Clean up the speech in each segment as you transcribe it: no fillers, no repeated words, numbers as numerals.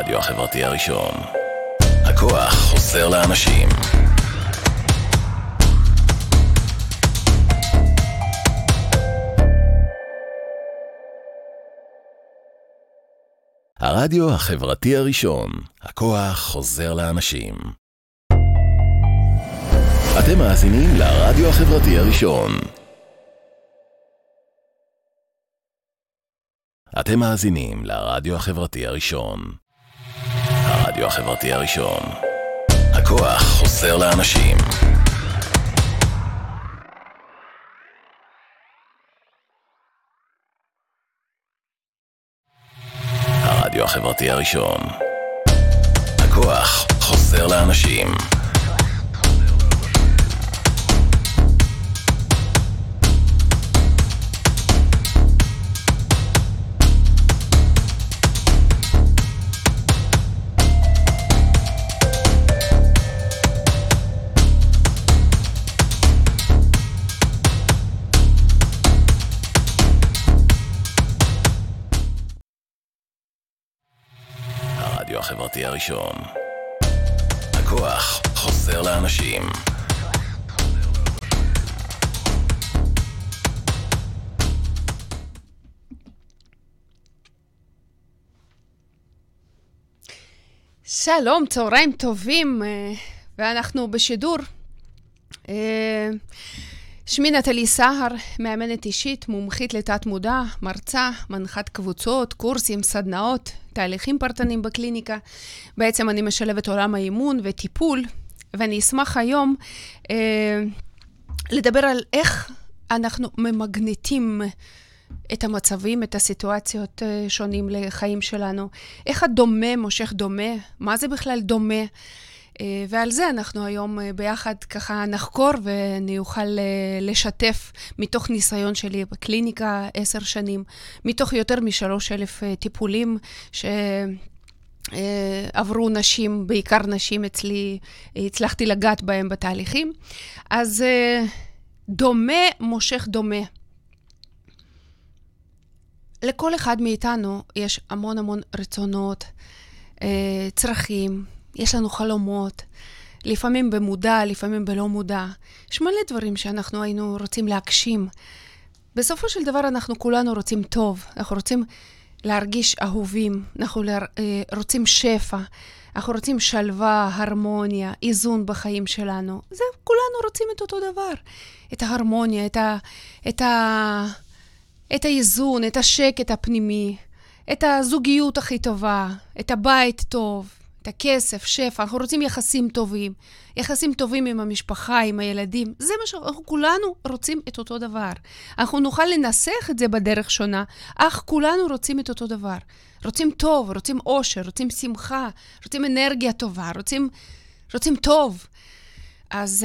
הרדיו החברתי הראשון. הכוח חוזר לאנשים. הרדיו החברתי הראשון. הכוח חוזר לאנשים. אתם מאזינים לרדיו החברתי הראשון. אתם מאזינים לרדיו החברתי הראשון. הרדיו החברתי הראשון. הכוח חוזר לאנשים. הרדיו החברתי הראשון. הכוח חוזר לאנשים. הרדיו החברתי הראשון. הכוח חוזר לאנשים. שלום, צהריים טובים, ואנחנו בשידור. שמי נטלי סהר, מאמנת אישית, מומחית לתת מודע, מרצה, מנחת קבוצות, קורסים, סדנאות, תהליכים פרטניים בקליניקה. בעצם אני משלבת עולם האימון וטיפול, ואני אשמח היום לדבר על איך אנחנו ממגנטים את המצבים, את הסיטואציות שונים לחיים שלנו. איך הדומה מושך דומה, מה זה בכלל דומה, ועל זה אנחנו היום ביחד ככה נחקור, ואני אוכל לשתף מתוך ניסיון שלי בקליניקה 10 שנים, מתוך יותר מ3,000 טיפולים שעברו נשים, בעיקר נשים אצלי, הצלחתי לגעת בהם בתהליכים. אז דומה מושך דומה. לכל אחד מאיתנו יש המון המון רצונות, צרכים, יש לנו חלומות, לפעמים במודע, לפעמים בלא מודע. יש מלא דברים שאנחנו היינו רוצים להגשים. בסופו של דבר אנחנו כולנו רוצים טוב, אנחנו רוצים להרגיש אהובים, אנחנו רוצים שפע, אנחנו רוצים שלווה, הרמוניה, איזון בחיים שלנו. זה כולנו רוצים את אותו דבר, את ההרמוניה, את האיזון, את השקט הפנימי, את הזוגיות הכי טובה, את הבית טוב, את הכסף, שפע. אנחנו רוצים יחסים טובים, יחסים טובים עם המשפחה, עם הילדים. זה מה שאנחנו כולנו רוצים את אותו דבר. אנחנו נוכל לנסח את זה בדרך שונה, אך כולנו רוצים את אותו דבר. רוצים טוב, רוצים אושר, רוצים שמחה, רוצים אנרגיה טובה, רוצים טוב. אז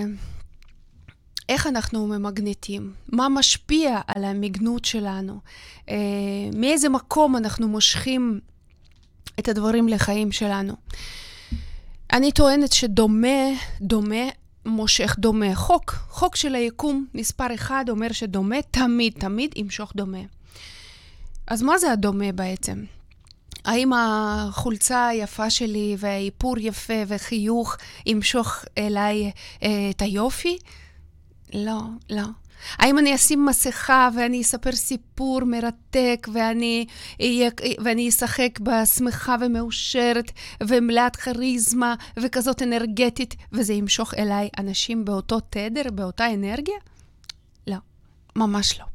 איך אנחנו ממגנטים? מה משפיע על המגנות שלנו? מאיזה מקום אנחנו מושכים את הדברים לחיים שלנו? אני טוענת שדומה מושך דומה. חוק של היקום מספר 1 אומר שדומה תמיד ימשוך דומה. אז מה זה הדומה בעצם? האם החולצה היפה שלי והאיפור יפה וחיוך ימשוך אליי את היופי? לא. האם אני אשים מסכה ואני אספר סיפור מרתק ואני אשחק בשמחה ומאושרת ומלאת כריזמה וכזאת אנרגטית, וזה ימשוך אליי אנשים באותו תדר, באותה אנרגיה? לא, ממש לא.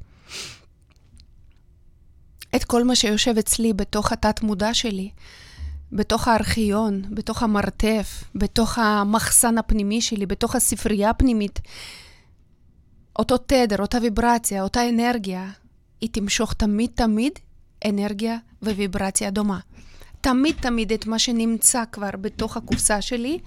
את כל מה שיושב אצלי בתוך התת מודע שלי, בתוך הארכיון, בתוך המרתף, בתוך המחסן הפנימי שלי, בתוך הספרייה הפנימית, אותו תדר, אותה ויברציה, אותה אנרגיה, היא תמשוך תמיד אנרגיה וויברציה דומה. תמיד את מה שנמצא כבר בתוך הקופסה שלי,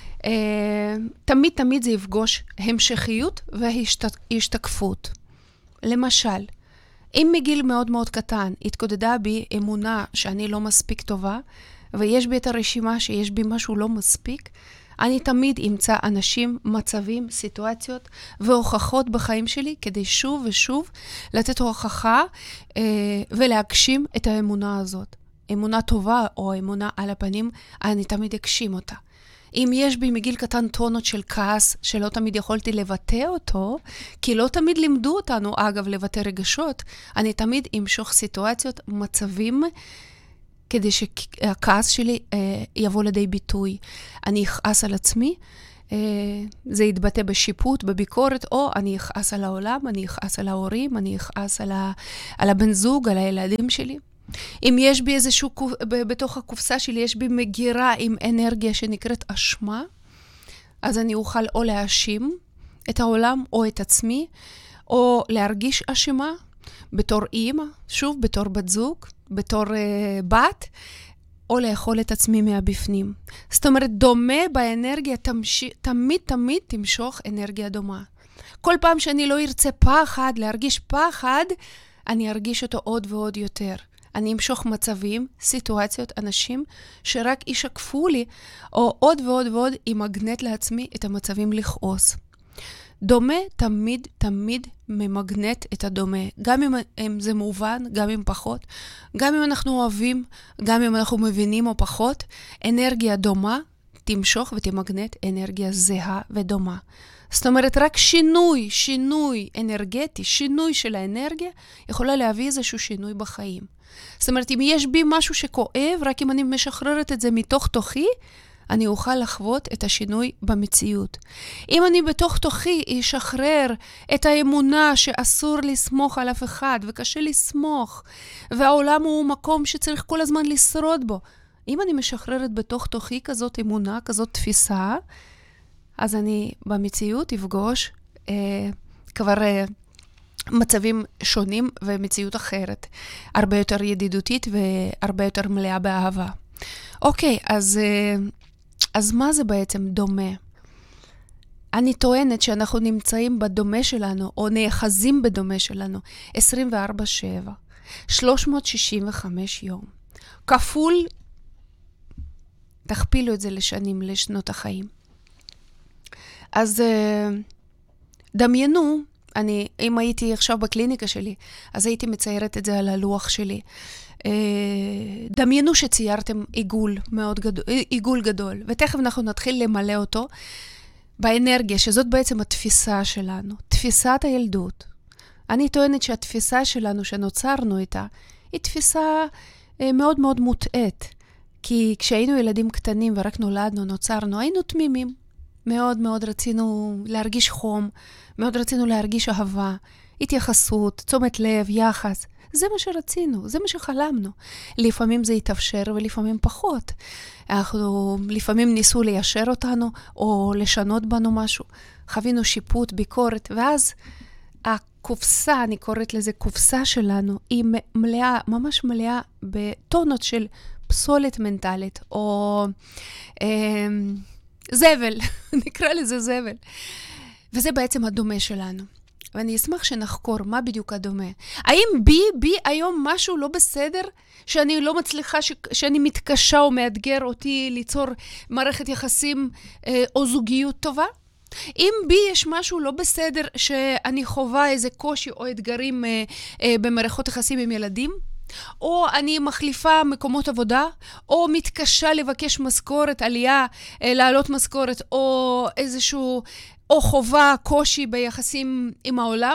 תמיד זה יפגוש המשכיות והשתקפות. למשל, אם מגיל מאוד קטן התקודדה בי אמונה שאני לא מספיק טובה, ויש בי את הרשימה שיש בי משהו לא מספיק, אני תמיד אמצא אנשים, מצבים, סיטואציות והוכחות בחיים שלי כדי שוב ושוב לתת הוכחה ולהגשים את האמונה הזאת. אמונה טובה או אמונה על הפנים, אני תמיד אגשים אותה. אם יש בי מגיל קטן טונות של כעס, שלא תמיד יכולתי לבטא אותו, כי לא תמיד לימדו אותנו, אגב, לבטא רגשות, אני תמיד אמשוך סיטואציות, מצבים, כדי שהכעס שלי יבוא לידי ביטוי. אני אכעס על עצמי, זה יתבטא בשיפוט, בביקורת, או אני אכעס על העולם, אני אכעס על ההורים, אני אכעס על הבן זוג, על הילדים שלי. אם יש בי איזשהו, בתוך הקופסה שלי, יש בי מגירה עם אנרגיה שנקראת אשמה, אז אני אוכל או להאשים את העולם או את עצמי, או להרגיש אשמה בתור אימא, שוב, בתור בת זוג, בתור בת, או לאכול את עצמי מהבפנים. זאת אומרת, דומה באנרגיה תמיד תמשוך אנרגיה דומה. כל פעם שאני לא ארצה פחד, להרגיש פחד, אני ארגיש אותו עוד ועוד יותר. אני אמשוך מצבים, סיטואציות, אנשים שרק ישקפו לי, או עוד ועוד ועוד ימגנט לעצמי את המצבים לכעוס. דומה תמיד ממגנט את הדומה. גם אם זה מובן, גם אם פחות, גם אם אנחנו אוהבים, גם אם אנחנו מבינים או פחות, אנרגיה דומה תמשוך ותמגנט אנרגיה זהה ודומה. זאת אומרת, רק שינוי אנרגטי, שינוי של האנרגיה, יכולה להביא איזשהו שינוי בחיים. זאת אומרת, אם יש בי משהו שכואב, רק אם אני משחררת את זה מתוך תוכי, אני אוכל לחוות את השינוי במציאות. אם אני בתוך תוכי אשחרר את האמונה שאסור לסמוך על אף אחד, וקשה לסמוך, והעולם הוא מקום שצריך כל הזמן לשרוד בו. אם אני משחררת בתוך תוכי כזאת אמונה, כזאת תפיסה, אז אני במציאות אפגוש כבר מצבים שונים ומציאות אחרת, הרבה יותר ידידותית והרבה יותר מלאה באהבה. אוקיי, אז מה זה בעצם דומה? אני טוענת שאנחנו נמצאים בדומה שלנו, או נאחזים בדומה שלנו, 24/7, 365 יום. כפול, תכפילו את זה לשנים, לשנות החיים. אז דמיינו, אם הייתי עכשיו בקליניקה שלי, אז הייתי מציירת את זה על הלוח שלי. דמיינו שציירתם עיגול גדול, ותכף אנחנו נתחיל למלא אותו באנרגיה, שזאת בעצם התפיסה שלנו, תפיסת הילדות. אני טוענת שהתפיסה שלנו שנוצרנו איתה, היא תפיסה מאוד מאוד מוטעת, כי כשהיינו ילדים קטנים ורק נולדנו, נוצרנו, היינו תמימים. מאוד מאוד רצינו להרגיש חום, מאוד רצינו להרגיש אהבה, התייחסות, תשומת לב, יחס. זה מה שרצינו, זה מה שחלמנו. לפעמים זה יתאפשר ולפעמים פחות. לפעמים ניסו ליישר אותנו או לשנות בנו משהו. חווינו שיפוט, ביקורת, ואז הקופסה, אני קוראת לזה קופסה שלנו, היא מלאה, ממש מלאה בטונות של פסולת מנטלית, או זבל, נקרא לזה זבל. וזה בעצם הדומה שלנו. ואני אשמח שנחקור מה בדיוק הדומה. האם בי היום משהו לא בסדר, שאני לא מצליחה, שאני מתקשה או מאתגר אותי ליצור מערכת יחסים או זוגיות טובה? אם בי יש משהו לא בסדר, שאני חווה איזה קושי או אתגרים במערכות יחסים עם ילדים, או אני מחליפה מקומות עבודה, או מתקשה לבקש משכורת, עלייה, לעלות משכורת, או איזשהו, או חובה, קושי ביחסים עם העולם,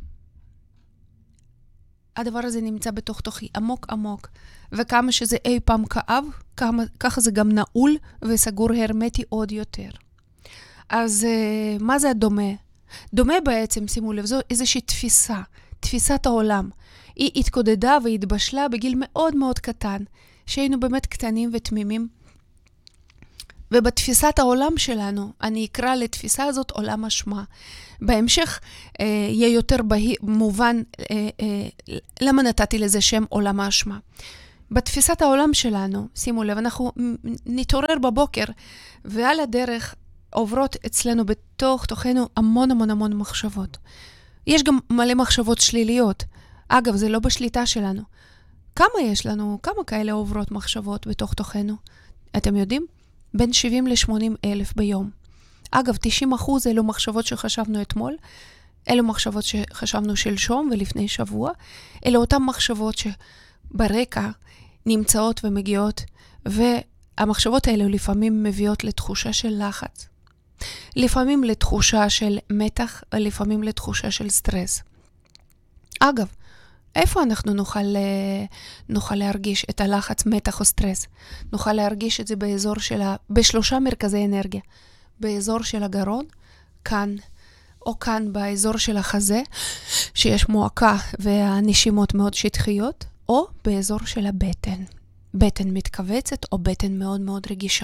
הדבר הזה נמצא בתוך תוכי, עמוק עמוק. וכמה שזה אי פעם כאב, ככה זה גם נעול וסגור הרמטי עוד יותר. אז מה זה הדומה? דומה בעצם, שימו לב, זו איזושהי תפיסה, תפיסת העולם. היא התקודדה והתבשלה בגיל מאוד מאוד קטן, שהיינו באמת קטנים ותמימים. ובתפיסת העולם שלנו, אני אקרא לתפיסה הזאת עולם אשמה. בהמשך יהיה יותר מובן למה נתתי לזה שם עולם האשמה. בתפיסת העולם שלנו, שימו לב, אנחנו נתעורר בבוקר, ועל הדרך עוברות אצלנו תוכנו המון מחשבות. יש גם מלא מחשבות שליליות. אגב, זה לא בשליטה שלנו. כמה יש לנו, כמה כאלה עוברות מחשבות בתוך תוכנו? אתם יודעים? בין 70 ל-80 אלף ביום. אגב, 90% אלו מחשבות שחשבנו אתמול, אלו מחשבות שחשבנו שלשום ולפני שבוע, אלו אותן מחשבות שברקע נמצאות ומגיעות, והמחשבות האלה לפעמים מביאות לתחושה של לחץ, לפעמים לתחושה של מתח, לפעמים לתחושה של סטרס. אגב, איפה אנחנו נוכל להרגיש את הלחץ, מתח או סטרס? נוכל להרגיש את זה באזור בשלושה מרכזי אנרגיה. באזור של הגרון, כאן, או כאן באזור של החזה, שיש מועקה והנשימות מאוד שטחיות, או באזור של הבטן. בטן מתכווצת או בטן מאוד מאוד רגישה.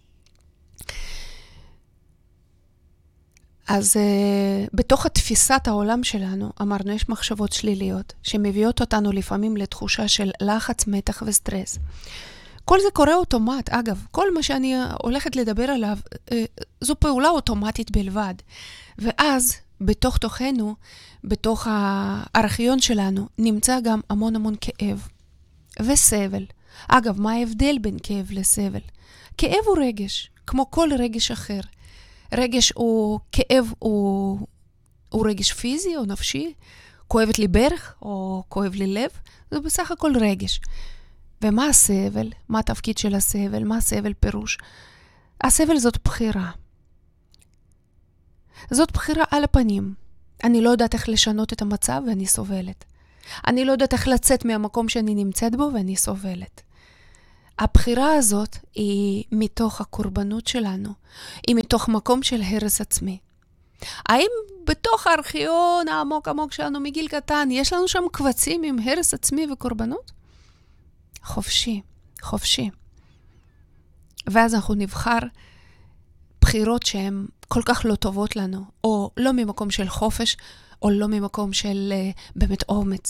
אז בתוך התפיסת העולם שלנו, אמרנו, יש מחשבות שליליות, שמביאות אותנו לפעמים לתחושה של לחץ, מתח וסטרס. כל זה קורה אוטומט, אגב, כל מה שאני הולכת לדבר עליו, זו פעולה אוטומטית בלבד. ואז, בתוך תוכנו, בתוך הארכיון שלנו, נמצא גם המון המון כאב וסבל. אגב, מה ההבדל בין כאב לסבל? כאב הוא רגש, כמו כל רגש אחר. רגש הוא, כאב הוא רגש פיזי או נפשי, כואבת לי ברך או כואב לי לב, זה בסך הכל רגש. ומה הסבל? מה התפקיד של הסבל? מה הסבל פירוש? הסבל זאת בחירה. זאת בחירה על הפנים. אני לא יודעת איך לשנות את המצב ואני סובלת. אני לא יודעת איך לצאת מהמקום שאני נמצאת בו ואני סובלת. הבחירה הזאת היא מתוך הקורבנות שלנו, היא מתוך מקום של הרס עצמי. האם בתוך הארכיון העמוק עמוק שלנו מגיל קטן, יש לנו שם קבצים עם הרס עצמי וקורבנות? חופשי, חופשי. ואז אנחנו נבחר בחירות שהן כל כך לא טובות לנו, או לא ממקום של חופש, או לא ממקום של באמת אומץ.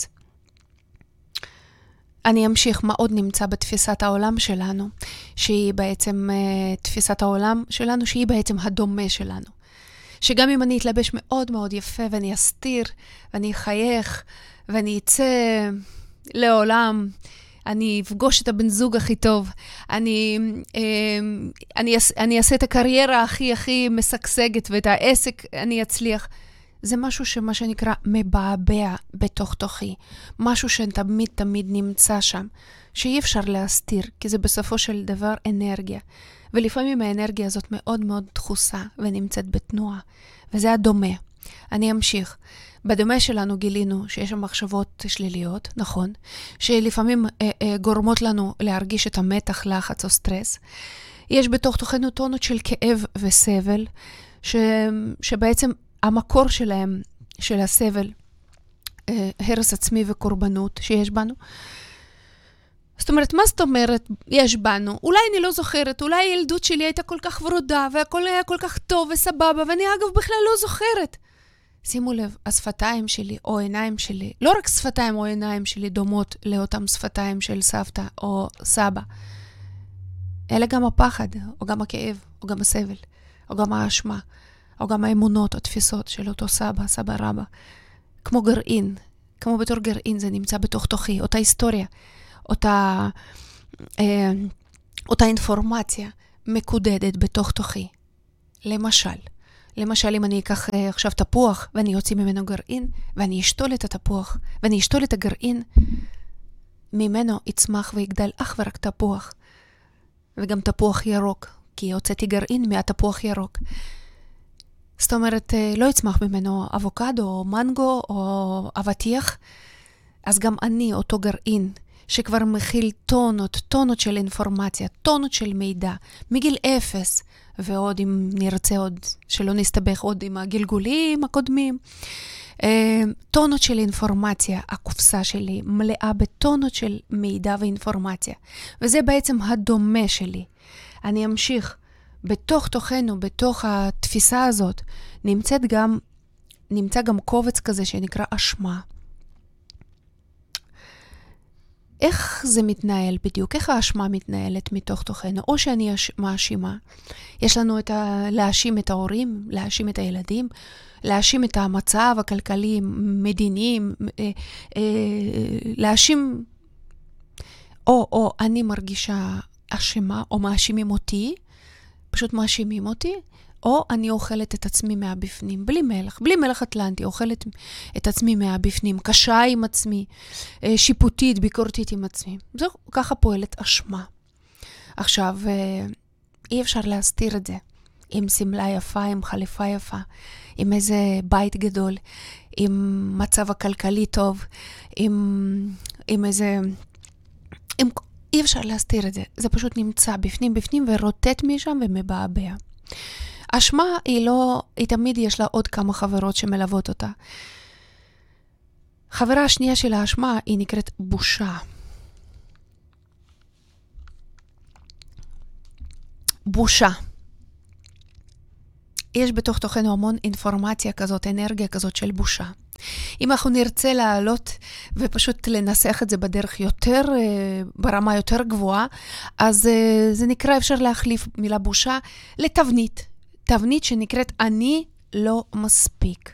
אני אמשיך מה עוד נמצא בתפיסת העולם שלנו, שהיא בעצם תפיסת העולם שלנו, שהיא בעצם הדומה שלנו. שגם אם אני אתלבש מאוד מאוד יפה, ואני אסתיר, ואני אחייך, ואני אצא לעולם, אני אפגוש את הבן זוג הכי טוב, אני אעשה את הקריירה הכי משגשגת, ואת העסק אני אצליח. זה משהו שמה שנקרא מבעבע בתוך תוכי. משהו שתמיד תמיד נמצא שם, שאי אפשר להסתיר, כי זה בסופו של דבר אנרגיה. ולפעמים האנרגיה הזאת מאוד מאוד דחוסה ונמצאת בתנועה, וזה הדומה. אני אמשיך. בדומה שלנו גילינו שיש שם מחשבות שליליות, נכון, שלפעמים גורמות לנו להרגיש את המתח, לחץ או סטרס. יש בתוך תוכנו טונות של כאב וסבל, שבעצם המקור שלהם, של הסבל, הרס עצמי וקורבנות שיש בנו. זאת אומרת, מה זאת אומרת יש בנו? אולי אני לא זוכרת, אולי הילדות שלי הייתה כל כך ורודה, והכל היה כל כך טוב וסבבה, ואני אגב בכלל לא זוכרת. שימו לב, השפתיים שלי או עיניים שלי, לא רק שפתיים או עיניים שלי דומות לאותם שפתיים של סבתא או סבא, אלא גם הפחד, או גם הכאב, או גם הסבל, או גם האשמה, או גם האמונות או תפיסות של אותו סבא, סבא רבא. כמו גרעין, כמו בתור גרעין זה נמצא בתוך תוכי, אותה היסטוריה, אותה אינפורמציה מקודדת בתוך תוכי. למשל, אם אני אקח עכשיו תפוח ואני יוצא ממנו גרעין, ואני אשתול את התפוח, ואני אשתול את הגרעין, ממנו יצמח ויגדל אך ורק תפוח, וגם תפוח ירוק, כי הוצאתי גרעין מהתפוח ירוק. זאת אומרת, לא יצמח ממנו אבוקדו או מנגו או אבטיח, אז גם אני, אותו גרעין, שכבר מכיל טונות של אינפורמציה, טונות של מידע, מגיל 0, ועוד אם נרצה עוד, שלא נסתבך עוד עם הגלגולים הקודמים, טונות של אינפורמציה, הקופסה שלי מלאה בטונות של מידע ואינפורמציה, וזה בעצם הדומה שלי. אני אמשיך. בתוך תוכנו, בתוך התפיסה הזאת, נמצא גם קובץ כזה שנקרא אשמה. איך זה מתנהל בדיוק? איך האשמה מתנהלת מתוך תוכנו? או שאני מאשימה. יש לנו להאשים את ההורים, להאשים את הילדים, להאשים את המצב הכלכלי, מדיניים, להאשים, או אני מרגישה אשמה, או מאשימים אותי, פשוט מאשימים אותי, או אני אוכלת את עצמי מהבפנים, בלי מלח אטלנטי, אוכלת את עצמי מהבפנים, קשה עם עצמי, שיפוטית, ביקורתית עם עצמי. זהו, ככה פועלת אשמה. עכשיו, אי אפשר להסתיר את זה. עם סמלה יפה, עם חליפה יפה, עם איזה בית גדול, עם מצב הכלכלי טוב, עם איזה... אי אפשר להסתיר את זה. זה פשוט נמצא בפנים ורוטט משם ומבעבע. אשמה היא תמיד יש לה עוד כמה חברות שמלוות אותה. חברה השנייה של האשמה היא נקראת בושה. בושה. יש בתוך תוכנו המון אינפורמציה כזאת, אנרגיה כזאת של בושה. אם אנחנו נרצה לעלות ופשוט לנסח את זה בדרך יותר, ברמה יותר גבוהה, אז זה נקרא, אפשר להחליף מילה בושה לתבנית. תבנית שנקראת אני לא מספיק.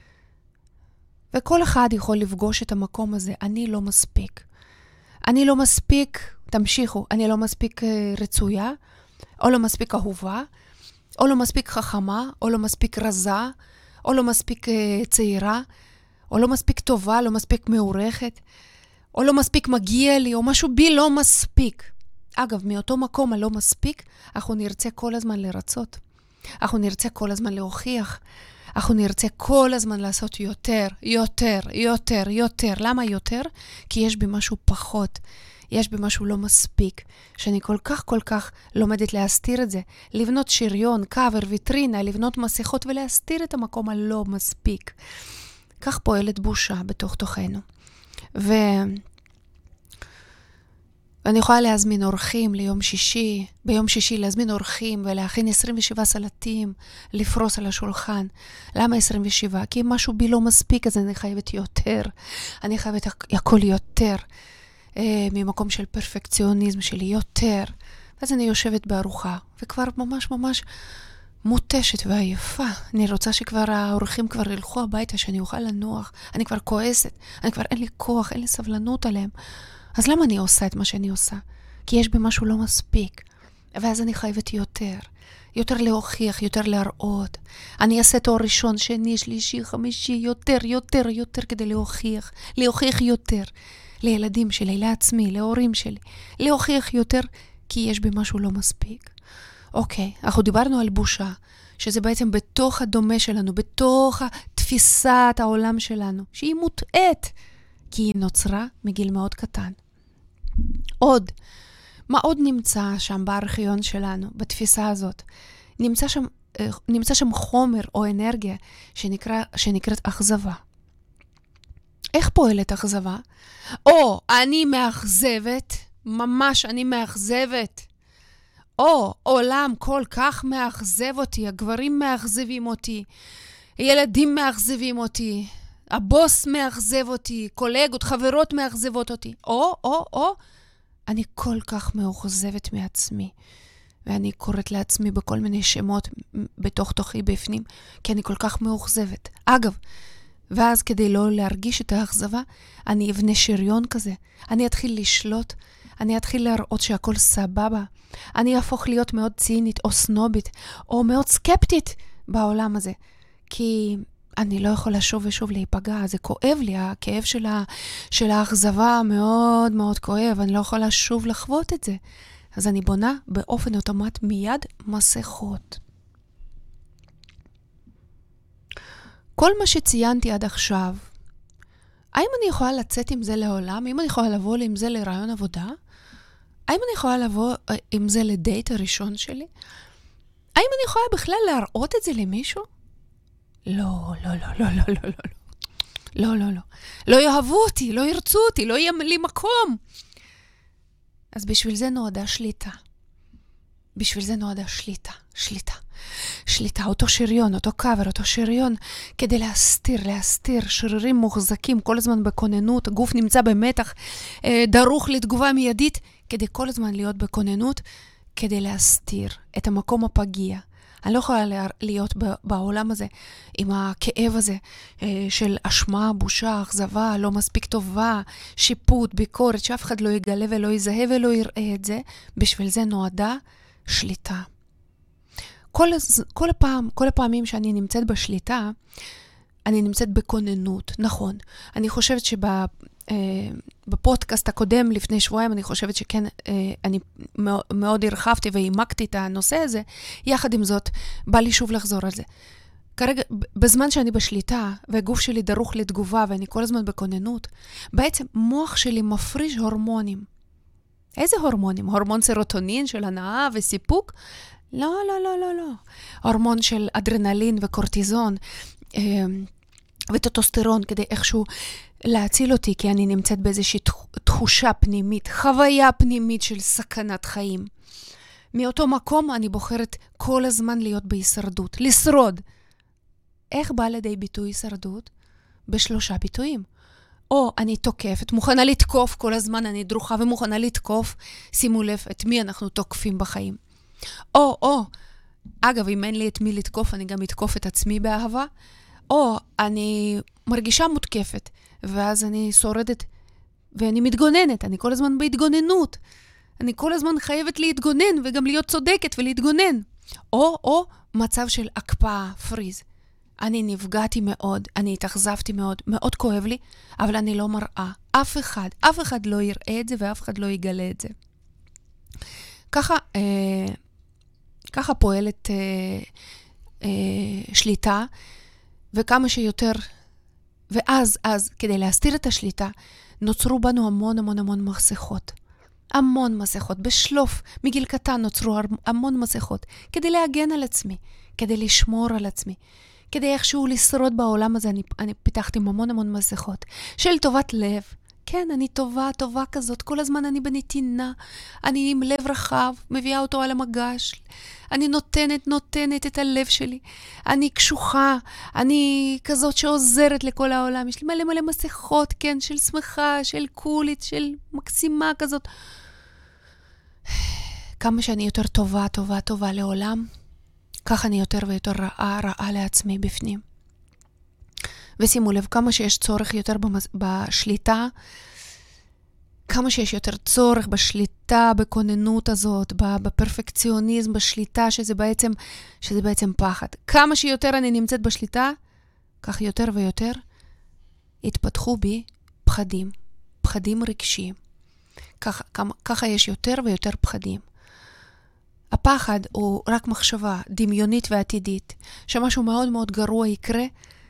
וכל אחד יכול לפגוש את המקום הזה, אני לא מספיק. אני לא מספיק, תמשיכו, אני לא מספיק רצויה, או לא מספיק אהובה, או לא מספיק חכמה, או לא מספיק רזה, או לא מספיק צעירה, או לא מספיק טובה, לא מספיק מעורכת, או לא מספיק מגיע לי, או משהו בי לא מספיק. אגב, מאותו מקום הלא מספיק, אנחנו נרצה כל הזמן לרצות. אנחנו נרצה כל הזמן להוכיח. אנחנו נרצה כל הזמן לעשות יותר, יותר, יותר, יותר. למה יותר? כי יש בי משהו פחות. יש בי משהו לא מספיק, שאני כל כך לומדת להסתיר את זה, לבנות שריון, קאבר, ויטרינה, לבנות מסכות ולהסתיר את המקום הלא מספיק. כך פועלת בושה בתוך תוכנו. ואני יכולה להזמין אורחים ליום שישי, ביום שישי להזמין אורחים ולהכין 27 סלטים, לפרוס על השולחן. למה 27? כי אם משהו בי לא מספיק, אז אני חייבת יותר. אני חייבת הכל יותר. ממקום של פרפקציוניזם שלי יותר. ואז אני יושבת בארוחה, וכבר ממש מוטשת ועייפה. אני רוצה שכבר האורחים כבר ילכו הביתה, שאני אוכל לנוח. אני כבר כועסת, אני כבר אין לי כוח, אין לי סבלנות עליהם. אז למה אני עושה את מה שאני עושה? כי יש בי משהו לא מספיק. ואז אני חייבת יותר. יותר להוכיח, יותר להראות. אני אעשה תואר ראשון, שני, שלישי, חמישי, יותר כדי להוכיח. להוכיח יותר. לילדים שלי, לעצמי, להורים שלי. להוכיח יותר, כי יש בי משהו לא מספיק. אוקיי, אנחנו דיברנו על בושה, שזה בעצם בתוך הדומה שלנו, בתוך תפיסת העולם שלנו, שהיא מוטעת, כי היא נוצרה מגיל מאוד קטן. מה עוד נמצא שם בארכיון שלנו, בתפיסה הזאת? נמצא שם חומר או אנרגיה שנקראת אכזבה. איך פועלת אכזבה? או אני מאכזבת, ממש אני מאכזבת. או עולם כל כך מאכזב אותי, הגברים מאכזבים אותי, ילדים מאכזבים אותי, הבוס מאכזב אותי, קולגות, חברות מאכזבות אותי. או, אני כל כך מאוכזבת מעצמי. ואני קוראת לעצמי בכל מיני שמות בתוך תוכי בפנים, כי אני כל כך מאוכזבת. אגב, ואז כדי לא להרגיש את האכזבה, אני אבנה שריון כזה. אני אתחיל לשלוט, אני אתחיל להראות שהכל סבבה. אני אהפוך להיות מאוד צינית או סנובית, או מאוד סקפטית בעולם הזה. כי אני לא יכולה שוב ושוב להיפגע, זה כואב לי, הכאב של האכזבה מאוד מאוד כואב, אני לא יכולה שוב לחוות את זה. אז אני בונה באופן אוטומט מיד מסכות. כל מה שציינתי עד עכשיו, האם אני יכולה לצאת עם זה לעולם? האם אני יכולה לבוא עם זה לרעיון עבודה? האם אני יכולה לבוא עם זה לדייט הראשון שלי? האם אני יכולה בכלל להראות את זה למישהו? לא. לא יאהבו אותי, לא ירצו אותי, לא יהיה לי מקום. אז בשביל זה נועדה שליטה. שליטה, אותו שריון, אותו קאבר, אותו שריון, כדי להסתיר, שרירים מוחזקים, כל הזמן בכוננות, הגוף נמצא במתח, דרוך לתגובה מיידית, כדי כל הזמן להיות בכוננות, כדי להסתיר את המקום הפגיע. אני לא יכולה להיות בעולם הזה עם הכאב הזה של אשמה, בושה, אכזבה, לא מספיק טובה, שיפוט, ביקורת, שאף אחד לא יגלה ולא יזהה ולא יראה את זה. בשביל זה נועדה שליטה. כל הפעמים שאני נמצאת בשליטה, אני נמצאת בכוננות, נכון. אני חושבת בפודקאסט הקודם, לפני שבועיים, אני חושבת שכן, אני מאוד הרחבתי והעמקתי את הנושא הזה, יחד עם זאת, בא לי שוב לחזור על זה. כרגע, בזמן שאני בשליטה, והגוף שלי דרוך לתגובה, ואני כל הזמן בכוננות, בעצם מוח שלי מפריש הורמונים. איזה הורמונים? הורמון סרוטונין של הנאה וסיפוק? לא, לא, לא, לא, לא. הורמון של אדרנלין וקורטיזון, וטטוסטרון, כדי איכשהו להציל אותי, כי אני נמצאת באיזושהי תחושה פנימית, חוויה פנימית של סכנת חיים. מאותו מקום אני בוחרת כל הזמן להיות בהישרדות, לשרוד. איך בא לידי ביטוי הישרדות? ב3 ביטויים. או אני תוקפת, מוכנה לתקוף כל הזמן, אני דרוכה ומוכנה לתקוף, שימו לב את מי אנחנו תוקפים בחיים. או, אגב, אם אין לי את מי לתקוף, אני גם אתקוף את עצמי באהבה, או אני מרגישה מותקפת, ואז אני שורדת, ואני מתגוננת, אני כל הזמן בהתגוננות. אני כל הזמן חייבת להתגונן, וגם להיות צודקת ולהתגונן. או מצב של הקפאה, פריז. אני נפגעתי מאוד, אני התאכזבתי מאוד, מאוד כואב לי, אבל אני לא מראה. אף אחד לא יראה את זה, ואף אחד לא יגלה את זה. ככה פועלת שליטה, וכמה שיותר, ואז, כדי להסתיר את השליטה, נוצרו בנו המון מסכות. המון מסכות. בשלוף, מגיל קטן נוצרו המון מסכות, כדי להגן על עצמי, כדי לשמור על עצמי, כדי איכשהו לשרוד בעולם הזה. אני פיתחתי המון מסכות, של טובת לב. כן, אני טובה כזאת, כל הזמן אני בנתינה, אני עם לב רחב, מביאה אותו על המגש, אני נותנת את הלב שלי, אני קשוחה, אני כזאת שעוזרת לכל העולם, יש לי מלא מסכות, כן, של שמחה, של קולית, של מקסימה כזאת. כמה שאני יותר טובה לעולם, כך אני יותר ויותר רעה לעצמי בפנים. ושימו לב, כמה שיש צורך יותר בשליטה, כמה שיש יותר צורך בשליטה, בכוננות הזאת, בפרפקציוניזם, בשליטה, שזה בעצם פחד. כמה שיותר אני נמצאת בשליטה, כך יותר ויותר התפתחו בי פחדים רגשיים. ככה יש יותר ויותר פחדים. הפחד הוא רק מחשבה דמיונית ועתידית, שמשהו מאוד גרוע יקרה,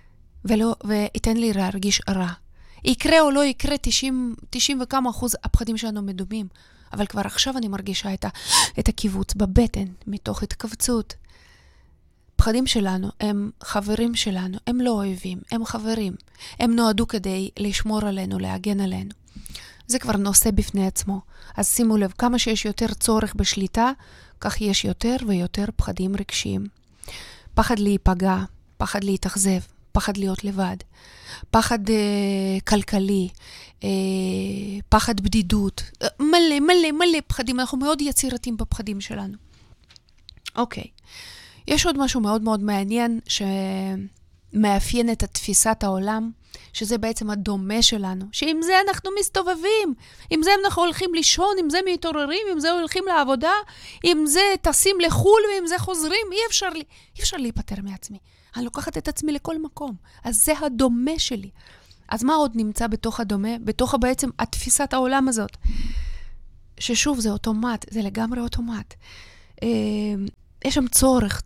ויתן לי להרגיש רע. יקרה או לא יקרה, 90 וכמה אחוז הפחדים שלנו מדומים. אבל כבר עכשיו אני מרגישה את הקיבוץ בבטן, מתוך התכווצות. פחדים שלנו הם חברים שלנו, הם לא אויבים, הם חברים. הם נועדו כדי לשמור עלינו, להגן עלינו. זה כבר נושא בפני עצמו. אז שימו לב, כמה שיש יותר צורך בשליטה, כך יש יותר ויותר פחדים רגשיים. פחד להיפגע, פחד להתאכזב, פחד להיות לבד, פחד כלכלי, פחד בדידות, מלא פחדים. אנחנו מאוד יצירתיים בפחדים שלנו. אוקיי. יש עוד משהו מאוד מעניין שמאפיין את תפיסת העולם, שזה בעצם הדומה שלנו, שעם זה אנחנו מסתובבים, עם זה אנחנו הולכים לישון, עם זה מתעוררים, עם זה הולכים לעבודה, עם זה טסים לחול ועם זה חוזרים. אי אפשר להיפטר מעצמי. אני לוקחת את עצמי לכל מקום. אז זה הדומה שלי. אז מה עוד נמצא בתוך הדומה? בתוך בעצם התפיסת העולם הזאת. ששוב, זה אוטומט, זה לגמרי אוטומט. יש שם צורך,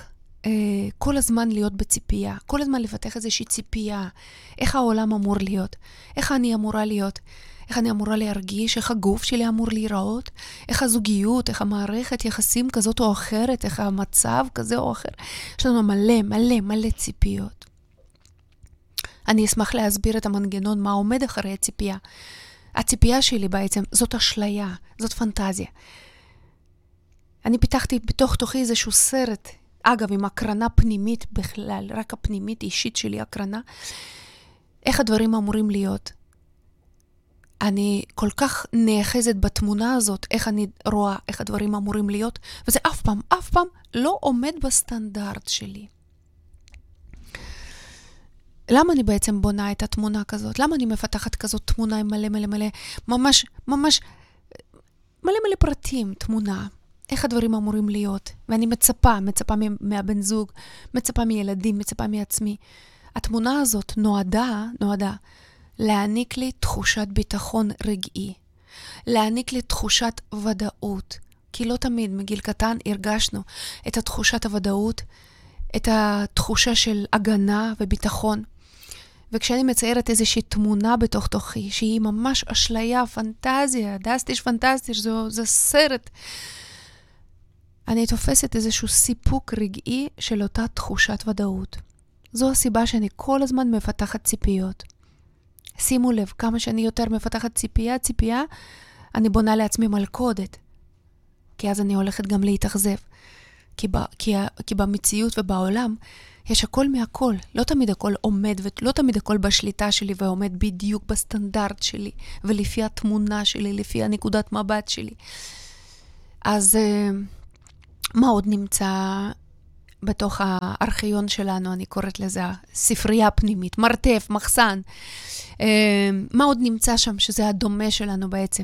כל הזמן להיות בציפייה, כל הזמן לפתח איזושהי ציפייה, איך העולם אמור להיות, איך אני אמורה להיות, איך אני אמורה להרגיש, איך הגוף שלי אמור להיראות, איך הזוגיות, איך המערכת יחסים כזאת או אחרת, איך המצב כזה או אחר. יש לנו מלא ציפיות. אני אשמח להסביר את המנגנון, מה עומד אחרי הציפייה. הציפייה שלי בעצם זאת אשליה, זאת פנטזיה. אני פיתחתי בתוך תוכי איזשהו סרט, אגב, עם הקרנה פנימית בכלל, רק הפנימית, אישית שלי, הקרנה, איך הדברים אמורים להיות. אני כל כך נאחזת בתמונה הזאת, איך אני רואה, איך הדברים אמורים להיות, וזה אף פעם לא עומד בסטנדרט שלי. למה אני בעצם בונה את התמונה כזאת? למה אני מפתחת כזאת תמונה עם מלא, ממש, מלא פרטים, תמונה? איך הדברים אמורים להיות. ואני מצפה מהבן זוג, מצפה מילדים, מצפה מעצמי. התמונה הזאת נועדה להעניק לי תחושת ביטחון רגעי. להעניק לי תחושת ודאות. כי לא תמיד מגיל קטן הרגשנו את התחושת הוודאות, את התחושה של הגנה וביטחון. וכשאני מציירת איזושהי תמונה בתוך תוכי, שהיא ממש אשליה, פנטזיה, דסטיש פנטסטיש, זה סרט. אני תופסת איזשהו סיפוק רגעי של אותה תחושת ודאות. זו הסיבה שאני כל הזמן מפתחת ציפיות. שימו לב, כמה שאני יותר מפתחת ציפייה, אני בונה לעצמי מלכודת. כי אז אני הולכת גם להתאכזב. כי במציאות ובעולם יש הכל מהכל. לא תמיד הכל עומד, ולא תמיד הכל בשליטה שלי ועומד בדיוק בסטנדרט שלי, ולפי התמונה שלי, לפי הנקודת מבט שלי. אז מה עוד נמצא בתוך הארכיון שלנו? אני קוראת לזה ספרייה פנימית, מרתף, מחסן. מה עוד נמצא שם שזה הדומה שלנו בעצם?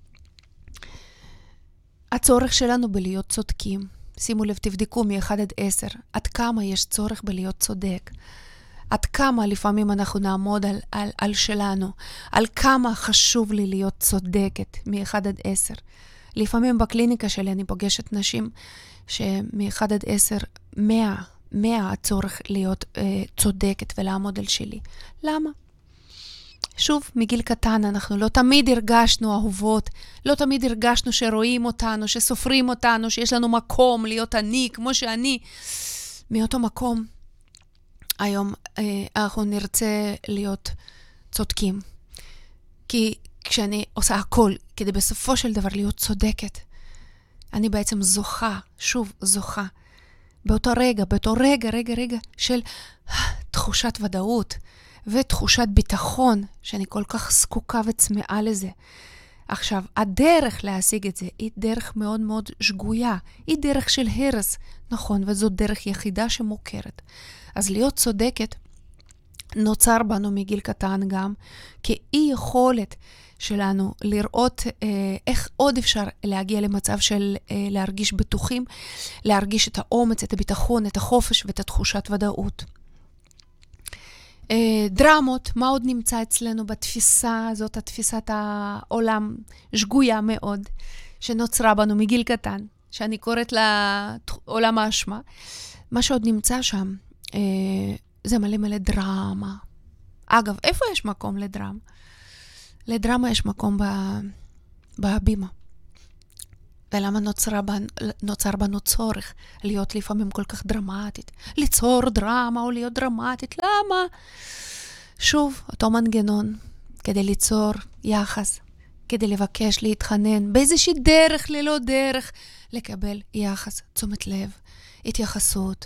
הצורך שלנו בלהיות צודקים. שימו לב, תבדקו מ-1 עד 10, עד כמה יש צורך בלהיות צודק. עד כמה לפעמים אנחנו נעמוד על שלנו, על כמה חשוב לי להיות צודקת מ-1 עד 10. לפעמים בקליניקה שלי אני פוגשת נשים שמ-1 עד 10, 100 הצורך להיות צודקת ולעמוד על שלי. למה? שוב, מגיל קטן אנחנו לא תמיד הרגשנו אהובות, לא תמיד הרגשנו שרואים אותנו, שסופרים אותנו, שיש לנו מקום להיות אני כמו שאני. מאותו מקום, היום אנחנו נרצה להיות צודקים. כי כשאני עושה הכל כדי בסופו של דבר להיות צודקת, אני בעצם זוכה, שוב זוכה, באותו רגע של תחושת ודאות, ותחושת ביטחון, שאני כל כך זקוקה וצמאה לזה. עכשיו, הדרך להשיג את זה היא דרך מאוד מאוד שגויה. היא דרך של הרס, נכון, וזו דרך יחידה שמוכרת. אז להיות צודקת נוצר בנו מגיל קטן גם, כי אי יכולת שלנו לראות איך עוד אפשר להגיע למצב של להרגיש בטוחים, להרגיש את האומץ, את הביטחון, את החופש ואת התחושת ודאות. דרמות, מה עוד נמצא אצלנו בתפיסה הזאת, התפיסת העולם שגויה מאוד, שנוצרה בנו מגיל קטן, שאני קוראת לה עולם האשמה. מה שעוד נמצא שם, זה מלא דרמה. אגב, איפה יש מקום לדרמה? לדרמה יש מקום בבימה. ולמה נוצר בנו צורך להיות לפעמים כל כך דרמטית? ליצור דרמה או להיות דרמטית? למה? שוב, אותו מנגנון, כדי ליצור יחס, כדי לבקש להתחנן, באיזושהי דרך ללא דרך, לקבל יחס, תשומת לב, התייחסות.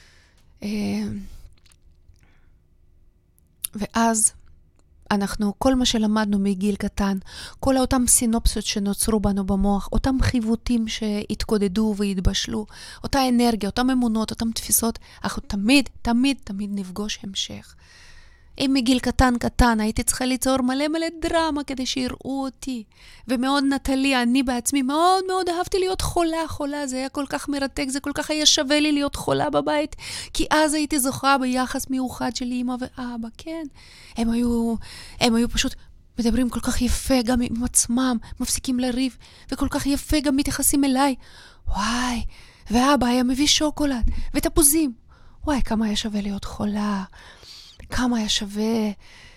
ואז כל מה שלמדנו מגיל קטן, כל אותם סינופסות שנוצרו בנו במוח, אותם חיוותים שהתקודדו והתבשלו, אותה אנרגיה, אותם אמונות, אותם תפיסות, אנחנו תמיד נפגוש המשך. אם מגיל קטן הייתי צריכה ליצור מלא דרמה כדי שיראו אותי. ומאוד נטלי, אני בעצמי מאוד אהבתי להיות חולה. זה היה כל כך מרתק, זה כל כך היה שווה לי להיות חולה בבית. כי אז הייתי זוכה ביחס מיוחד של אמא ואבא, כן. הם היו פשוט מדברים כל כך יפה גם עם עצמם, מפסיקים לריב, וכל כך יפה גם מתייחסים אליי. וואי, ואבא היה מביא שוקולד ותפוזים. וואי, כמה היה שווה להיות חולה. כמה היה שווה.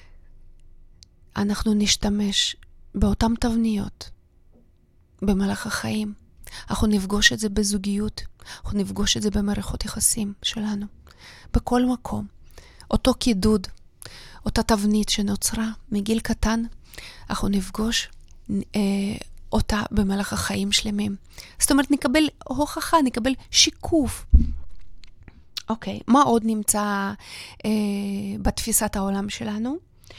אנחנו נשתמש באותן תבניות במהלך החיים. אנחנו נפגוש את זה בזוגיות, אנחנו נפגוש את זה במערכות יחסים שלנו. בכל מקום. אותו קידוד, אותה תבנית שנוצרה מגיל קטן, אנחנו נפגוש אותה במהלך החיים שלמים. זאת אומרת, נקבל הוכחה, נקבל שיקוף. אוקיי, מה עוד נמצא בתפיסת העולם שלנו?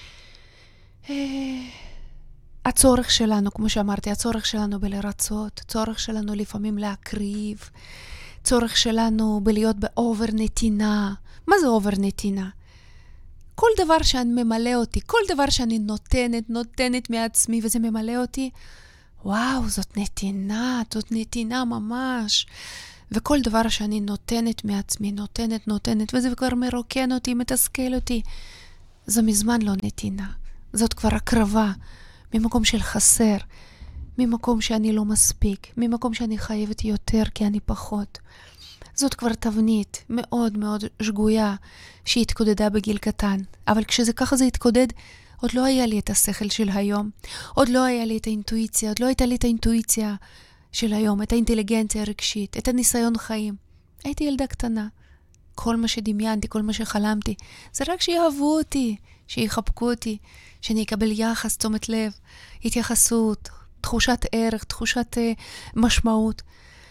הצורך שלנו, כמו שאמרתי, הצורך שלנו בלרצות, צורך שלנו לפעמים להקריב, צורך שלנו בלהיות באובר נתינה. מה זה אובר נתינה? כל דבר שאני ממלא אותי, כל דבר שאני נותנת מעצמי וזה ממלא אותי, וואו, זאת נתינה ממש. וכל דבר שאני נותנת מעצמי, נותנת, וזה כבר מרוקן אותי, מתסכל אותי. זו מזמן לא נתינה. זאת כבר הקרבה, ממקום של חסר, ממקום שאני לא מספיק, ממקום שאני חייבת יותר כי אני פחות. זאת כבר תבנית מאוד מאוד שגויה שהתקודדה בגיל קטן. אבל כשזה ככה זה התקודד, עוד לא היה לי את השכל של היום, עוד לא היה לי את האינטואיציה, עוד לא הייתה לי את האינטואיציה של היום, את האינטליגנציה הרגשית, את הניסיון חיים. הייתי ילדה קטנה. כל מה שדמיינתי, כל מה שחלמתי, זה רק שיאהבו אותי, שיחבקו אותי, שאני אקבל יחס, תשומת לב, התייחסות, תחושת ערך, תחושת משמעות.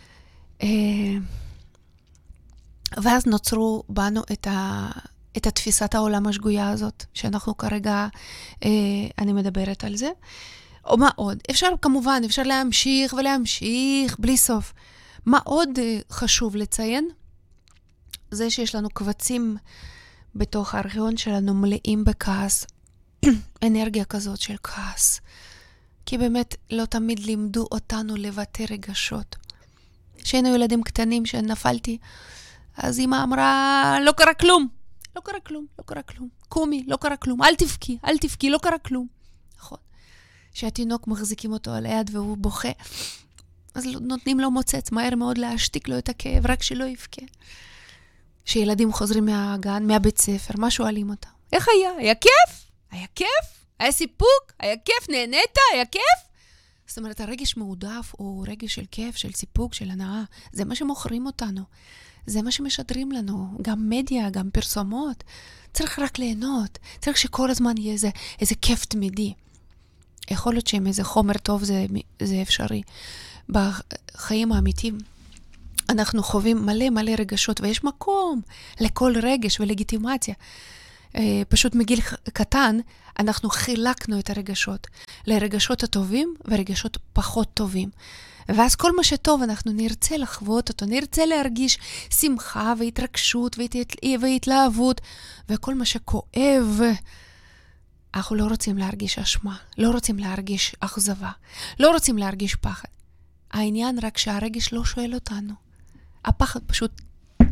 ואז נוצרו בנו את התפיסת העולם השגויה הזאת, שאנחנו כרגע, אני מדברת על זה. או מה עוד? אפשר כמובן, אפשר להמשיך ולהמשיך בלי סוף. מה עוד חשוב לציין? זה שיש לנו קבצים בתוך הארכיון שלנו מלאים בכעס, אנרגיה כזאת של כעס. כי באמת לא תמיד לימדו אותנו לבטא רגשות. כשהיינו ילדים קטנים שנפלתי, אז אמא אמרה, לא קרה כלום. לא קרה כלום, לא קרה כלום. קומי, לא קרה כלום. אל תבכי, לא קרה כלום. נכון. שהתינוק מחזיקים אותו על היד והוא בוכה, אז נותנים לו מוצץ, מהר מאוד להשתיק לו את הכאב, רק שלא יבכה. שילדים חוזרים מהגן, מהבית ספר, מה שואלים אותם? איך היה? היה כיף? היה כיף? היה סיפוק? היה כיף? נהנית? היה כיף? זאת אומרת, הרגש מעודף הוא רגש של כיף, של סיפוק, של הנאה. זה מה שמוכרים אותנו. זה מה שמשדרים לנו. גם מדיה, גם פרסומות. צריך רק ליהנות. צריך שכל הזמן יהיה איזה כיף תמידי. יכול להיות שעם איזה חומר טוב זה אפשרי. בחיים האמיתיים אנחנו חווים מלא רגשות, ויש מקום לכל רגש ולגיטימציה. פשוט מגיל קטן אנחנו חילקנו את הרגשות לרגשות הטובים ורגשות פחות טובים. ואז כל מה שטוב אנחנו נרצה לחוות אותו, נרצה להרגיש שמחה והתרגשות והתלהבות, וכל מה שכואב, אנחנו לא רוצים להרגיש אשמה, לא רוצים להרגיש אכזבה, לא רוצים להרגיש פחד. העניין רק שהרגש לא שואל אותנו. הפחד פשוט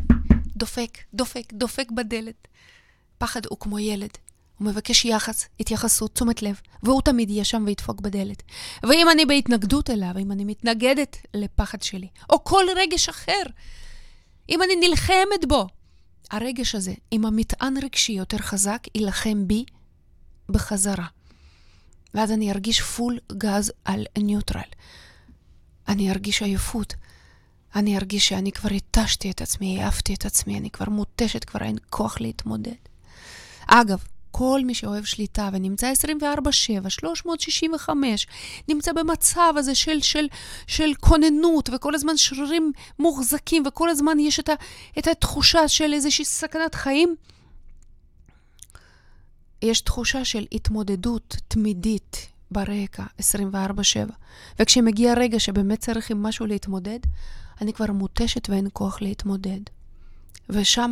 דופק בדלת. פחד הוא כמו ילד. הוא מבקש יחס, התייחסות, תשומת לב, והוא תמיד יהיה שם וידפוק בדלת. ואם אני בהתנגדות אליו, אם אני מתנגדת לפחד שלי, או כל רגש אחר, אם אני נלחמת בו, הרגש הזה, עם המטען רגשי יותר חזק, ילחם בי בחזרה. ואז אני ארגיש פול גז על ניוטרל. אני ארגיש עייפות. אני ארגיש שאני כבר התשתי את עצמי, העפתי את עצמי, אני כבר מותשת, כבר אין כוח להתמודד. אגב, כל מי שאוהב שליטה ונמצא 24/7, 365, נמצא במצב הזה של כוננות, וכל הזמן שרירים מוחזקים, וכל הזמן יש את התחושה של איזושהי סכנת חיים, יש תחושה של התמודדות תמידית ברקע 24/7. וכשמגיע רגע שבאמת צריך עם משהו להתמודד, אני כבר מותשת ואין כוח להתמודד. ושם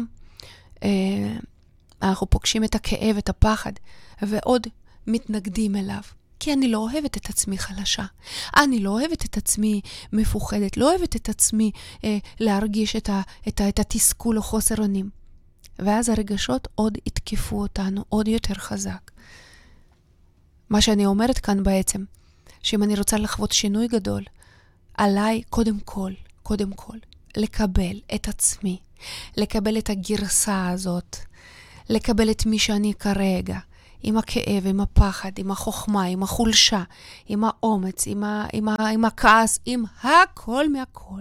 אנחנו פוגשים את הכאב, את הפחד, ועוד מתנגדים אליו. כי אני לא אוהבת את עצמי חלשה. אני לא אוהבת את עצמי מפוחדת. לא אוהבת את עצמי להרגיש את התסכול או חוסר אונים. ואז הרגשות עוד יתקפו אותנו עוד יותר חזק. מה שאני אומרת כאן בעצם, שאם אני רוצה לחוות שינוי גדול, עליי קודם כל, לקבל את עצמי, לקבל את הגרסה הזאת, לקבל את מי שאני כרגע, עם הכאב, עם הפחד, עם החוכמה, עם החולשה, עם האומץ, עם הכעס, עם הכל מהכל.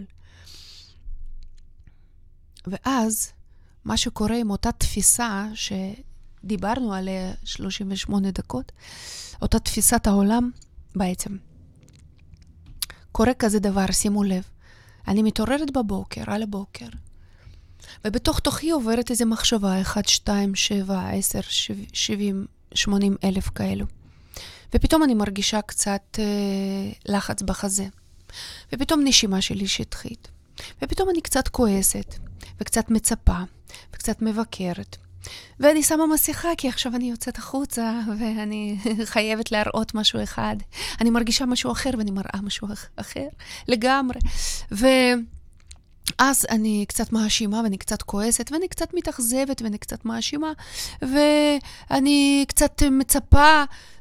ואז, מה שקורה עם אותה תפיסה שדיברנו עליה 38 דקות, אותה תפיסת העולם בעצם. קורה כזה דבר, שימו לב. אני מתעוררת בבוקר, על הבוקר, ובתוך תוכי עוברת איזו מחשבה, 1, 2, 7, 10, 70, 80 אלף כאלו. ופתאום אני מרגישה קצת לחץ בחזה. ופתאום נשימה שלי שטחית. ופתאום אני קצת כועסת, וקצת מצפה, וקצת מבקרת. ואני שמה מסכה, כי עכשיו אני יוצאת החוצה, ואני חייבת להראות משהו אחד. אני מרגישה משהו אחר, ואני מראה משהו אחר לגמרי. ואז אני קצת מאשימה, ואני קצת כועסת, ואני קצת מתאכזבת, ואני קצת מאשימה, ואני קצת מצפה,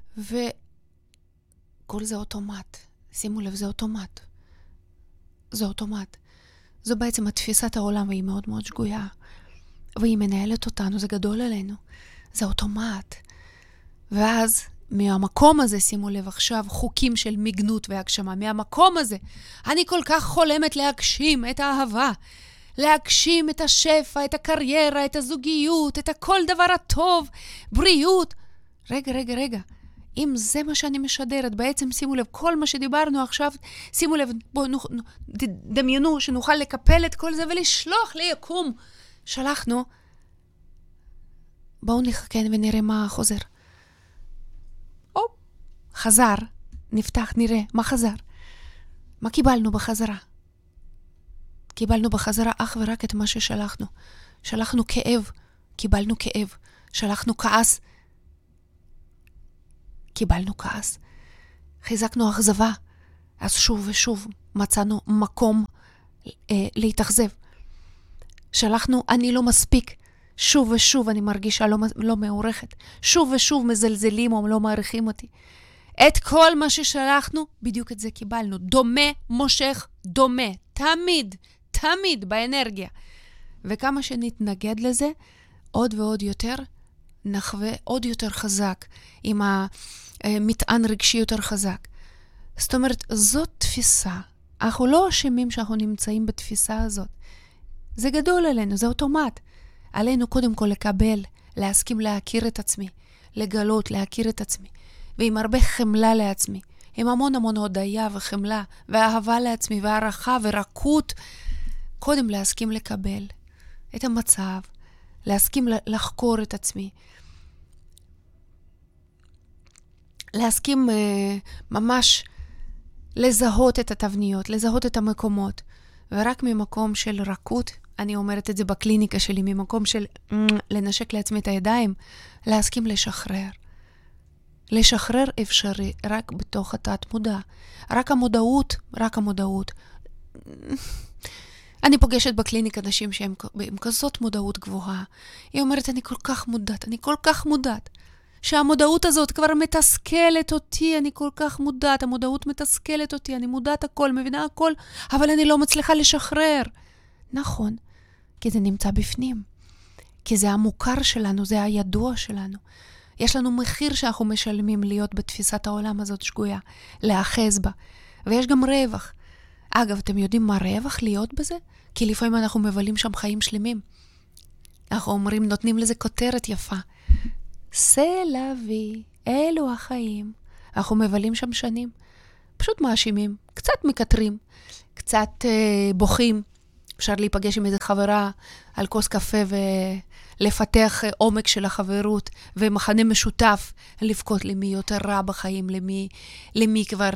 וכל זה אוטומט. שימו לב, זה אוטומט. זה אוטומט. זו בעצם התפיסת העולם, והיא מאוד מאוד שגויה. והיא מנהלת אותנו, זה גדול עלינו. זה אוטומט. ואז, מהמקום הזה, שימו לב עכשיו, חוקים של מגנות והגשמה. מהמקום הזה, אני כל כך חולמת להגשים את האהבה, להגשים את השפע, את הקריירה, את הזוגיות, את כל דבר הטוב, בריאות. רגע. אם זה מה שאני משדרת, בעצם שימו לב, כל מה שדיברנו עכשיו, שימו לב, בואו דמיינו שנוכל לקפל את כל זה ולשלוח ליקום. שלחנו, בואו נחכה ונראה מה חוזר. חזר, נפתח, נראה מה חזר. מה קיבלנו בחזרה? קיבלנו בחזרה אך ורק את מה ששלחנו. שלחנו כאב, קיבלנו כאב. שלחנו כעס, קיבלנו כעס. חיזקנו אכזבה, אז שוב ושוב מצאנו מקום להתאכזב. שלחנו, אני לא מספיק. שוב ושוב אני מרגישה לא מעורכת. שוב ושוב מזלזלים או לא מעריכים אותי. את כל מה ששלחנו, בדיוק את זה קיבלנו. דומה מושך דומה. תמיד באנרגיה. וכמה שנתנגד לזה, עוד ועוד יותר, נחווה עוד יותר חזק, עם המטען רגשי יותר חזק. זאת אומרת, זאת תפיסה. אנחנו לא אשמים שאנחנו נמצאים בתפיסה הזאת. זה גדול עלינו, זה אוטומט. עלינו קודם כל לקבל, להסכים להכיר את עצמי, לגלות, להכיר את עצמי. ועם הרבה חמלה לעצמי, עם המון הודיה וחמלה, ואהבה לעצמי, והערכה ורקות, קודם להסכים לקבל את המצב, להסכים לחקור את עצמי, להסכים ממש לזהות את התבניות, לזהות את המקומות, ורק ממקום של רכות, אני אומרת את זה בקליניקה שלי, ממקום של לנשק לעצמי את הידיים, להסכים לשחרר. לשחרר אפשרי רק בתוך התת מודע. רק המודעות. אני פוגשת בקליניקה אנשים שהם עם כזאת מודעות גבוהה. היא אומרת, אני כל כך מודעת. שהמודעות הזאת כבר מתסכלת אותי, אני כל כך מודעת, המודעות מתסכלת אותי, אני מודעת הכל, מבינה הכל, אבל אני לא מצליחה לשחרר. נכון, כי זה נמצא בפנים. כי זה המוכר שלנו, זה הידוע שלנו. יש לנו מחיר שאנחנו משלמים להיות בתפיסת העולם הזאת שגויה, להאחז בה. ויש גם רווח. אגב, אתם יודעים מה רווח להיות בזה? כי לפעמים אנחנו מבלים שם חיים שלמים. אנחנו אומרים, נותנים לזה כותרת יפה. סלבי, אלו החיים. אנחנו מבלים שם שנים. פשוט מאשימים, קצת מקטרים, קצת בוכים. אפשר להיפגש עם איזו חברה על כוס קפה ולפתח עומק של החברות ומחנה משותף, לבכות למי יותר רע בחיים, למי כבר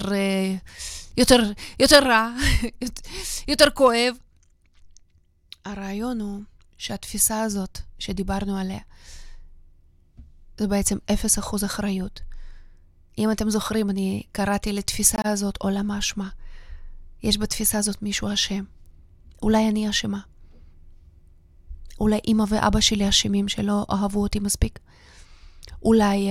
יותר רע, יותר כואב. הרעיון הוא שהתפיסה הזאת שדיברנו עליה, זה בעצם 0% אחריות. אם אתם זוכרים, אני קראתי לתפיסה הזאת עולם האשמה. יש בתפיסה הזאת מישהו אשם. אולי אני אשמה. אולי אמא ואבא שלי אשמים שלא אהבו אותי מספיק. אולי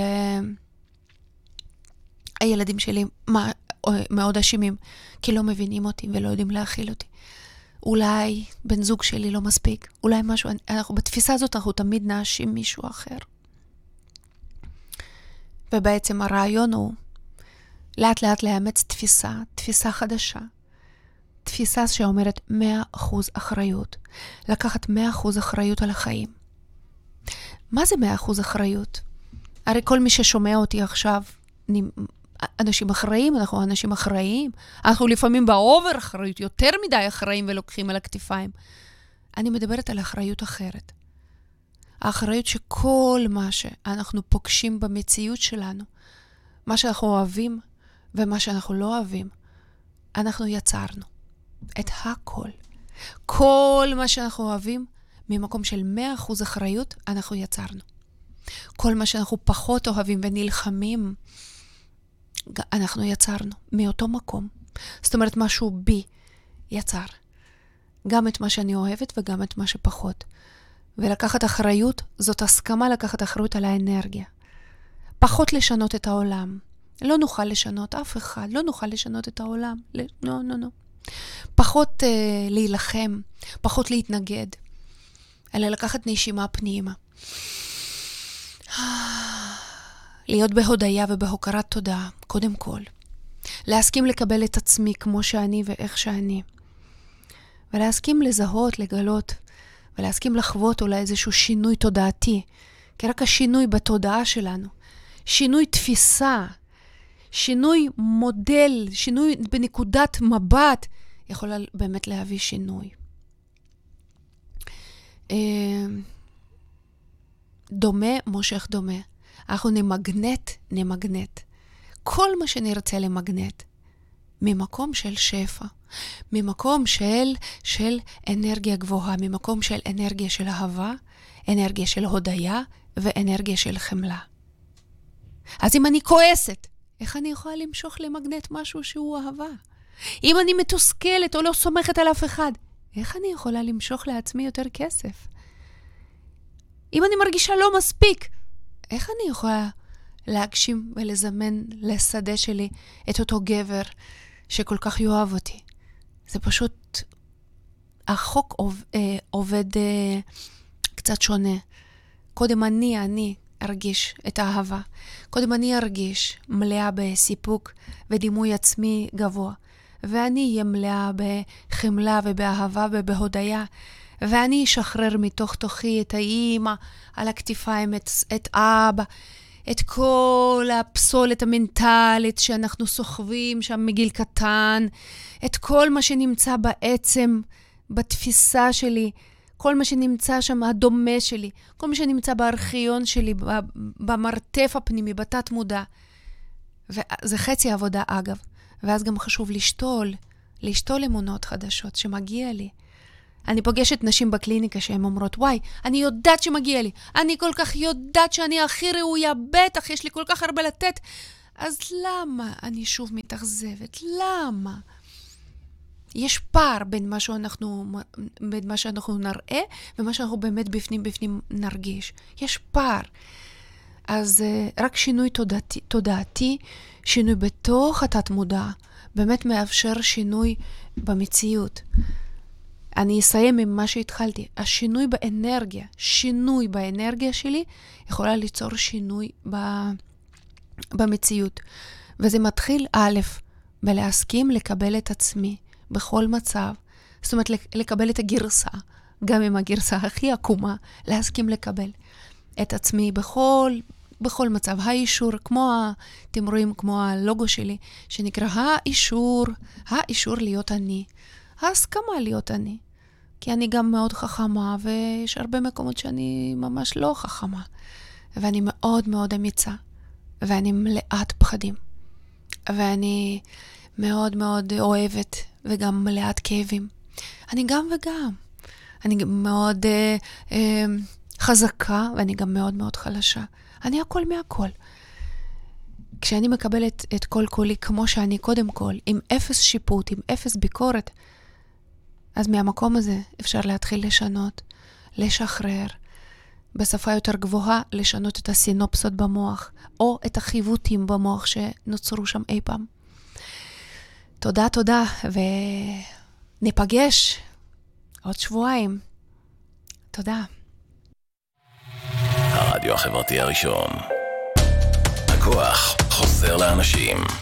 הילדים שלי מאוד אשמים, כי לא מבינים אותי ולא יודעים להכיל אותי. אולי בן זוג שלי לא מספיק. אולי משהו, בתפיסה הזאת אנחנו תמיד נאשים מישהו אחר. ובעצם הרעיון הוא לאט לאט לאמץ תפיסה חדשה. תפיסה שאומרת 100% אחריות. לקחת 100% אחריות על החיים. מה זה 100% אחריות? הרי כל מי ששומע אותי עכשיו, אנשים אחראים, אנחנו אנשים אחראים. אנחנו לפעמים באובר אחריות, יותר מדי אחראים ולוקחים על הכתפיים. אני מדברת על אחריות אחרת. האחריות שכל מה שאנחנו פוגשים במציאות שלנו, מה שאנחנו אוהבים ומה שאנחנו לא אוהבים, אנחנו יצרנו את הכל. כל מה שאנחנו אוהבים ממקום של 100% אחריות, אנחנו יצרנו. כל מה שאנחנו פחות אוהבים ונלחמים, אנחנו יצרנו מאותו מקום. זאת אומרת, משהו בי יצר. גם את מה שאני אוהבת וגם את מה שפחות. ולקחת אחריות, זאת הסכמה לקחת אחריות על האנרגיה. פחות לשנות את העולם. לא נוכל לשנות אף אחד, לא נוכל לשנות את העולם. לא. פחות להילחם, פחות להתנגד. אלא לקחת נשימה פנימה. להיות בהודיה ובהוקרת תודה, קודם כל. להסכים לקבל את עצמי כמו שאני ואיך שאני. ולהסכים לזהות, לגלות, ולהסכים לחוות אולי איזשהו שינוי תודעתי. כי רק השינוי בתודעה שלנו, שינוי תפיסה, שינוי מודל, שינוי בנקודת מבט, יכולה באמת להביא שינוי. דומה מושך דומה. אנחנו נמגנט. כל מה שנרצה למגנט. ממקום של שפע. ממקום של אנרגיה גבוהה. ממקום של אנרגיה של אהבה, אנרגיה של הודיה ואנרגיה של חמלה. אז אם אני כועסת, איך אני יכולה למשוך למגנט משהו שהוא אהבה? אם אני מתוסכלת או לא סומכת על אף אחד, איך אני יכולה למשוך לעצמי יותר כסף? אם אני מרגישה לא מספיק, איך אני יכולה להגשים ולזמן לשדה שלי את אותו גבר שכל כך יאהב אותי? זה פשוט, החוק עובד קצת שונה. קודם אני ארגיש את האהבה. קודם אני ארגיש מלאה בסיפוק ודימוי עצמי גבוה. ואני אהיה מלאה בחמלה ובאהבה ובהודיה. ואני אשחרר מתוך תוכי את האמא על הכתפיים, את אבא, את כל הפסולת המנטלית שאנחנו סוחבים שם מגיל קטן, את כל מה שנמצא בעצם, בתפיסה שלי, כל מה שנמצא שם הדומה שלי, כל מה שנמצא בארכיון שלי, במרתף הפנימי, בתת מודע. וזה חצי עבודה אגב. ואז גם חשוב לשתול אמונות חדשות שמגיע לי. אני פוגשת נשים בקליניקה שהן אומרות, וואי, אני יודעת שמגיע לי. אני כל כך יודעת שאני הכי ראויה, בטח, יש לי כל כך הרבה לתת. אז למה אני שוב מתאכזבת? למה? יש פער בין מה שאנחנו נראה ומה שאנחנו באמת בפנים נרגיש. יש פער. אז רק שינוי תודעתי, שינוי בתוך התת מודע, באמת מאפשר שינוי במציאות. אני אסיים עם מה שהתחלתי. השינוי באנרגיה שלי יכולה ליצור שינוי במציאות. וזה מתחיל בלהסכים לקבל את עצמי בכל מצב. זאת אומרת, לקבל את הגרסה, גם עם הגרסה הכי עקומה, להסכים לקבל את עצמי בכל מצב. האישור, אתם רואים, כמו הלוגו שלי, שנקרא האישור להיות אני. ההסכמה להיות אני. כי אני גם מאוד חכמה, ויש הרבה מקומות שאני ממש לא חכמה. ואני מאוד מאוד אמיצה. ואני מלאת פחדים. ואני מאוד מאוד אוהבת, וגם מלאת כאבים. אני גם וגם. אני מאוד חזקה, ואני גם מאוד מאוד חלשה. אני הכל מהכל. כשאני מקבלת את כל קולי כמו שאני קודם כל, עם אפס שיפוט, עם אפס ביקורת, אז מהמקום הזה אפשר להתחיל לשנות, לשחרר, בשפה יותר גבוהה, לשנות את הסינופסות במוח, או את החיווטים במוח שנוצרו שם אי פעם. תודה, וניפגש עוד שבועיים. תודה. הרדיו החברתי הראשון. הכוח חוזר לאנשים.